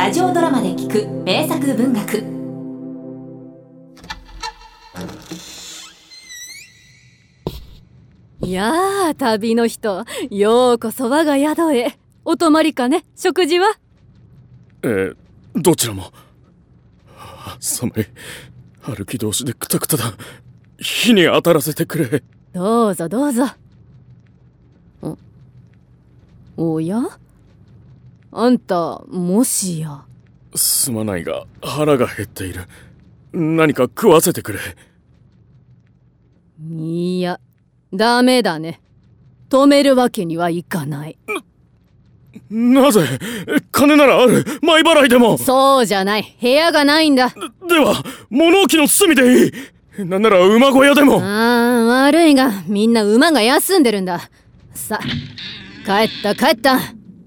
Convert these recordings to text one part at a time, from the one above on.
ラジオドラマで聞く名作文学。 やあ、旅の人、ようこそ我が宿へ。お泊まりかね、食事は？ どちらも。寒い。歩き通しでクタクタだ。火に当たらせてくれ。 どうぞどうぞ。おや？あんた、もしや。 すまないが腹が減っている。何か食わせてくれ。 いや、ダメだね。止めるわけにはいかない。 なぜ？金ならある。前払いでも。 そうじゃない。部屋がないんだ。 では物置の隅でいい。なんなら馬小屋でも。 悪いがみんな馬が休んでるんだ。さ、帰った。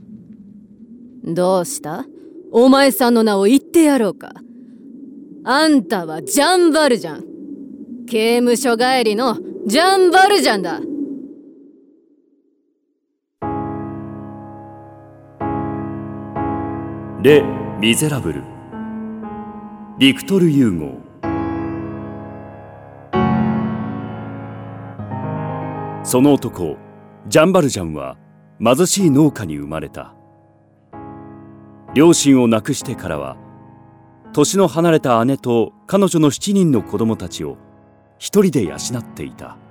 どうした？お前さんの名を言ってやろうか。あんたはジャンバルジャン。刑務所帰りのジャンバルジャンだ。 レ・ミゼラブル、ビクトル・ユーゴー。その男ジャンバルジャンは貧しい農家に生まれた。両親を亡くしてからは年の離れた姉と彼女の7人の子供たちを一人で養っていた。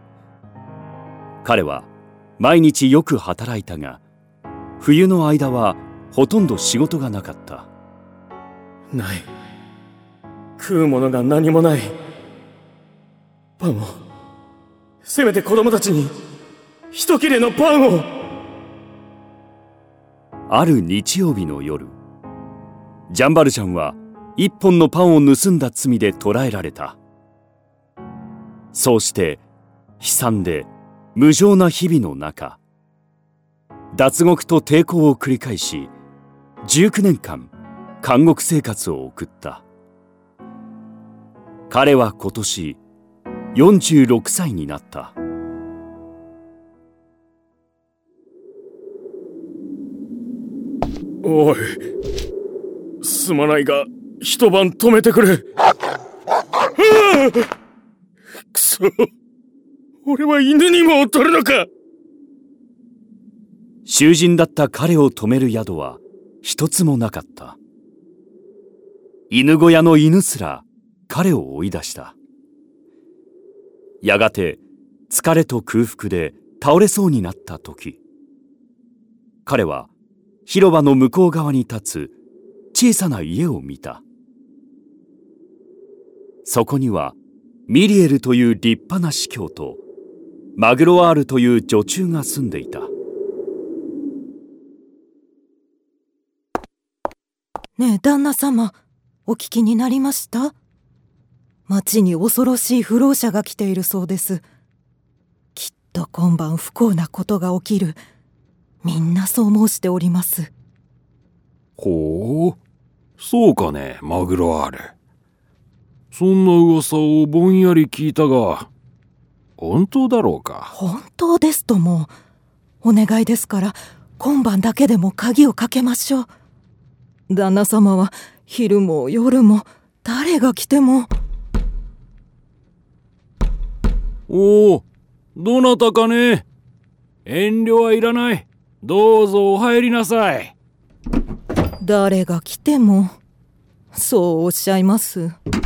彼は毎日よく働いたが、冬の間はほとんど仕事がなかった。 ない。食うものが何もない。パンを、せめて子供たちに一切れのパンを。 ある日曜日の夜、ジャンバルジャンは一本のパンを盗んだ罪で捕らえられた。そうして悲惨で無情な日々の中、脱獄と抵抗を繰り返し19年間監獄生活を送った。彼は今年46歳になった。 おい、すまないが一晩止めてくれ。くそ、俺は犬にも劣るのか。 囚人だった彼を止める宿は一つもなかった。犬小屋の犬すら彼を追い出した。やがて疲れと空腹で倒れそうになった時、彼は広場の向こう側に立つ小さな家を見た。そこにはミリエルという立派な司教とマグロワールという女中が住んでいた。 ねえ旦那様、お聞きになりました？町に恐ろしい不老者が来ているそうです。きっと今晩不幸なことが起きる。みんなそう申しております。 ほう、そうかね、マグロワール。そんな噂をぼんやり聞いたが、本当だろうか？ 本当ですとも。お願いですから今晩だけでも鍵をかけましょう。旦那様は昼も夜も誰が来ても。 おお、どなたかね？遠慮はいらない。どうぞお入りなさい。 誰が来てもそうおっしゃいます。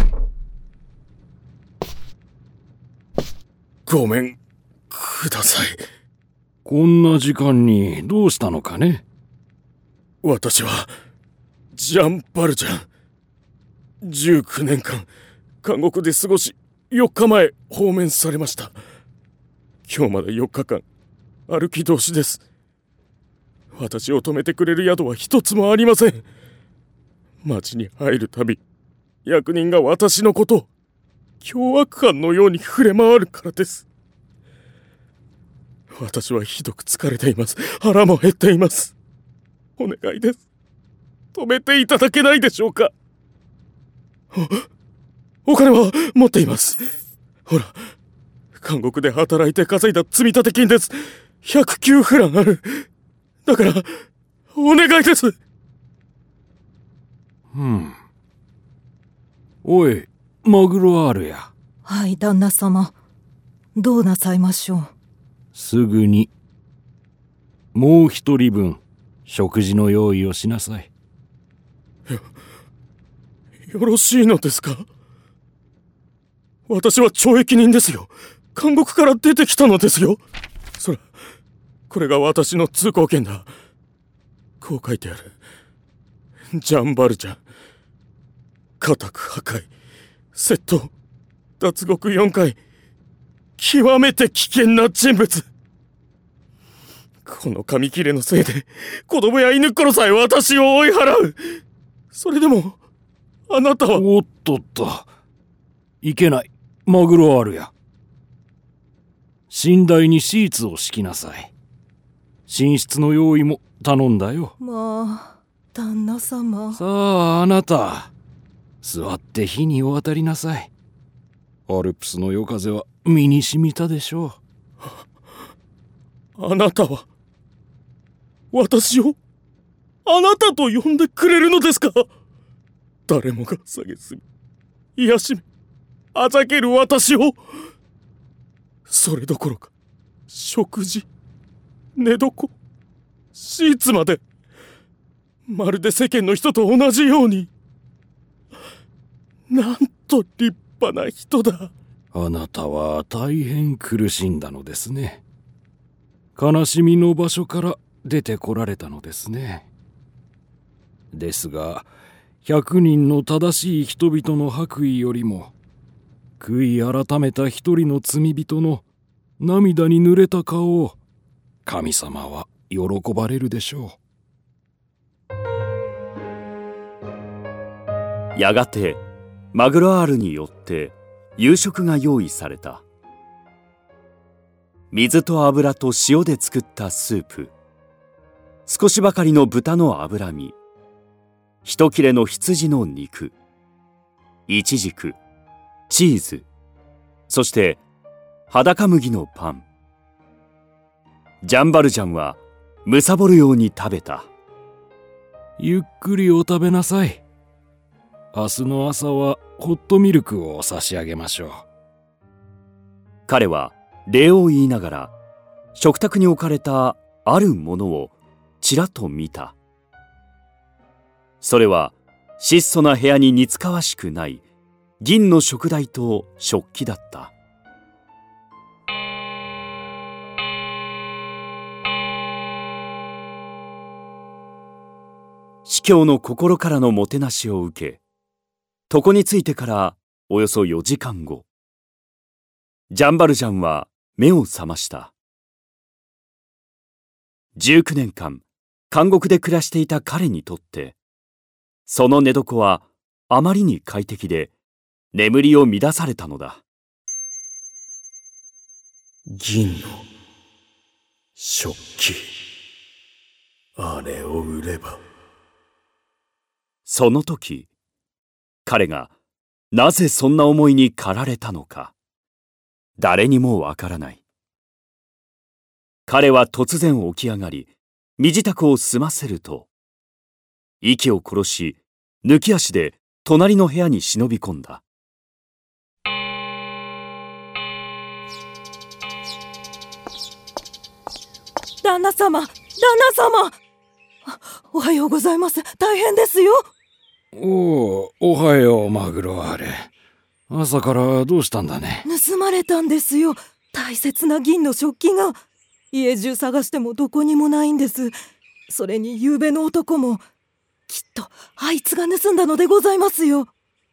ごめんください。 こんな時間にどうしたのかね？ 私はジャンバルジャン。19年間監獄で過ごし、4日前放免されました。今日まで4日間歩き通しです。私を泊めてくれる宿は一つもありません。町に入るたび役人が私のことを凶悪犯のように触れ回るからです。私はひどく疲れています。腹も減っています。お願いです。止めていただけないでしょうか。お金は持っています。ほら、監獄で働いて稼いだ積立金です。109フランある。だからお願いです。 おい、マグロアールや。 はい、旦那様。どうなさいましょう。 すぐにもう一人分食事の用意をしなさい。 よろしいのですか？私は懲役人ですよ。監獄から出てきたのですよ。これが私の通行券だ。こう書いてある。ジャン・バルジャン。家宅破壊、窃盗、脱獄4回。極めて危険な人物。この紙切れのせいで子供や犬っこのさえ私を追い払う。それでもあなたは。 おっとっと、いけない。マグロアールや。寝台にシーツを敷きなさい。寝室の用意も頼んだよ。 まあ、旦那様。 さあ、あなた座って火にお当たりなさい。アルプスの夜風は身に染みたでしょう。あなたは私をあなたと呼んでくれるのですか？誰もが蔑み癒しめあざける私を。それどころか食事、寝床、シーツまでまるで世間の人と同じように。なんと立派な人だ。 あなたは大変苦しんだのですね。悲しみの場所から出てこられたのですね。ですが100人の正しい人々の白衣よりも悔い改めた一人の罪人の涙に濡れた顔を神様は喜ばれるでしょう。やがてマグロアールによって夕食が用意された。水と油と塩で作ったスープ、少しばかりの豚の脂身、一切れの羊の肉、イチジク、チーズ、そして裸麦のパン。ジャンバルジャンはむさぼるように食べた。 ゆっくりお食べなさい。明日の朝はホットミルクを差し上げましょう。 彼は礼を言いながら食卓に置かれたあるものをちらっと見た。それは質素な部屋に似つかわしくない銀の食台と食器だった。司教の心からのもてなしを受け、床についてからおよそ4時間後、ジャンバルジャンは目を覚ました。19年間監獄で暮らしていた彼にとって、その寝床はあまりに快適で眠りを乱されたのだ。 銀の食器、あれを売れば。 その時、彼がなぜそんな思いに駆られたのか、誰にもわからない。彼は突然起き上がり、身支度を済ませると、息を殺し、抜き足で隣の部屋に忍び込んだ。 旦那様、旦那様。おはようございます。大変ですよ。 おはよう、マグロアール。朝からどうしたんだね。 盗まれたんですよ。大切な銀の食器が。家中探してもどこにもないんです。それに昨べの男もきっとあいつが盗んだのでございますよ。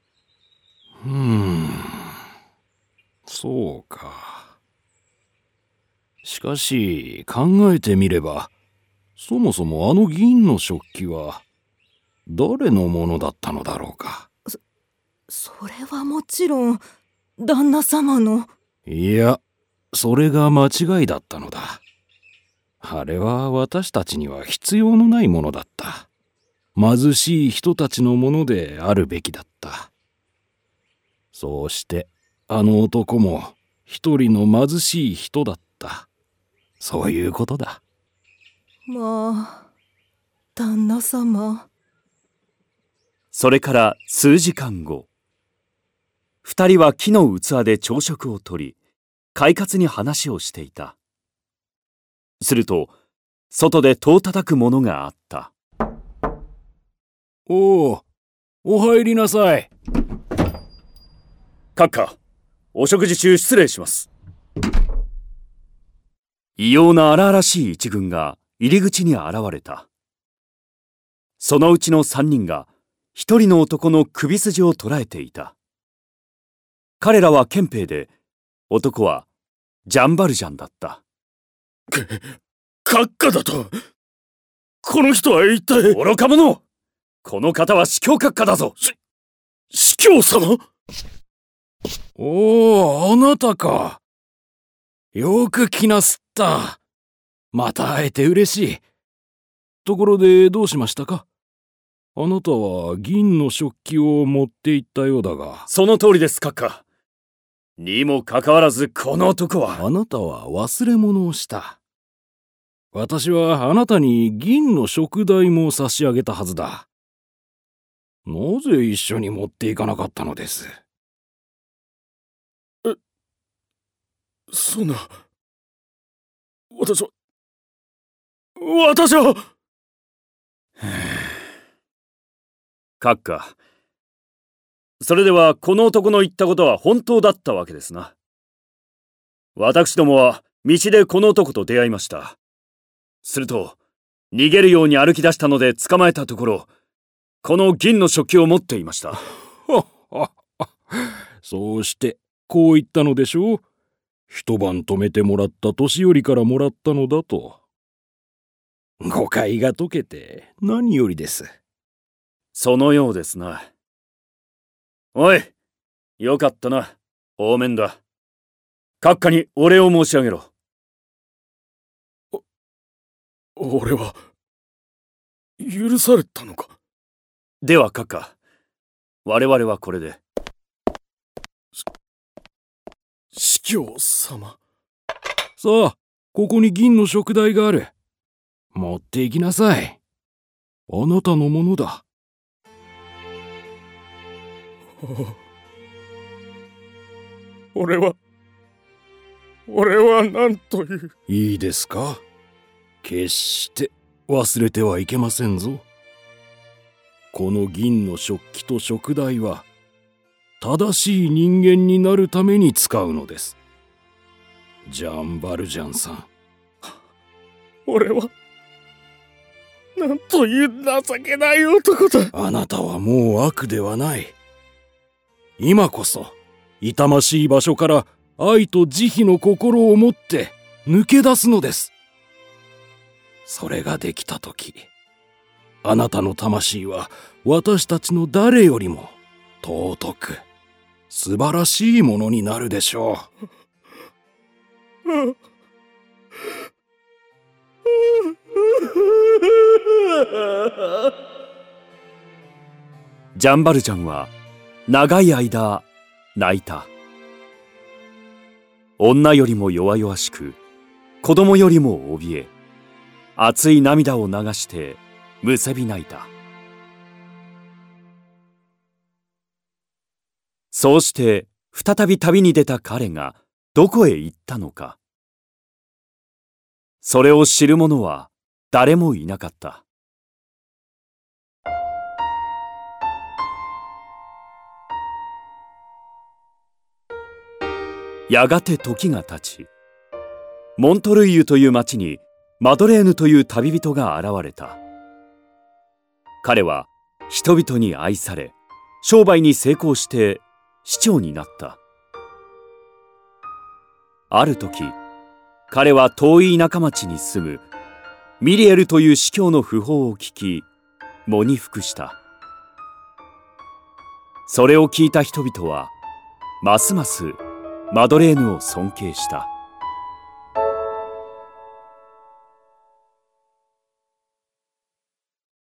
そうか。しかし考えてみれば、そもそもあの銀の食器は誰のものだったのだろうか。 それはもちろん旦那様の。 いや、それが間違いだったのだ。あれは私たちには必要のないものだった。貧しい人たちのものであるべきだった。そうしてあの男も一人の貧しい人だった。そういうことだ。 まあ、旦那様。 それから数時間後、二人は木の器で朝食をとり、快活に話をしていた。すると、外で戸を叩くものがあった。 お入りなさい。 閣下、お食事中失礼します。 異様な荒々しい一軍が入り口に現れた。そのうちの三人が一人の男の首筋を捉えていた。彼らは憲兵で、男はジャンバルジャンだった。 閣下だと？この人は一体？ 愚か者！この方は司教閣下だぞ。 司教様？ あなたか。よく来なすった。また会えて嬉しい。ところでどうしましたか？あなたは銀の食器を持って行ったようだが。 その通りです、閣下。にもかかわらずこの男は。 あなたは忘れ物をした。私はあなたに銀の食材も差し上げたはずだ。なぜ一緒に持っていかなかったのです？ そんな。私は閣下、それではこの男の言ったことは本当だったわけですな。私どもは道でこの男と出会いました。すると逃げるように歩き出したので捕まえたところ、この銀の食器を持っていました。 そうしてこう言ったのでしょう。一晩泊めてもらった年寄りからもらったのだと。誤解が解けて何よりです。 そのようですな。おい、よかったな、大面だ。閣下にお礼を申し上げろ。 俺は許されたのか？ では閣下、我々はこれで。 司教様。 さあ、ここに銀の食材がある。持って行きなさい。あなたのものだ。 俺は何という。 いいですか？決して忘れてはいけませんぞ。この銀の食器と食材は正しい人間になるために使うのです。ジャンバルジャンさん。 俺はなんという情けない男だ。 あなたはもう悪ではない。今こそ痛ましい場所から愛と慈悲の心を持って抜け出すのです。それができたとき、あなたの魂は私たちの誰よりも尊く素晴らしいものになるでしょう。 ジャンバルジャンは長い間泣いた。女よりも弱々しく、子供よりも怯え、熱い涙を流してむせび泣いた。そうして再び旅に出た彼がどこへ行ったのか。それを知る者は誰もいなかった。やがて時が経ち、モントルイユという町にマドレーヌという旅人が現れた。彼は人々に愛され、商売に成功して市長になった。ある時、彼は遠い田舎町に住むミリエルという司教の訃報を聞き、喪に服した。それを聞いた人々はますますマドレーヌを尊敬した。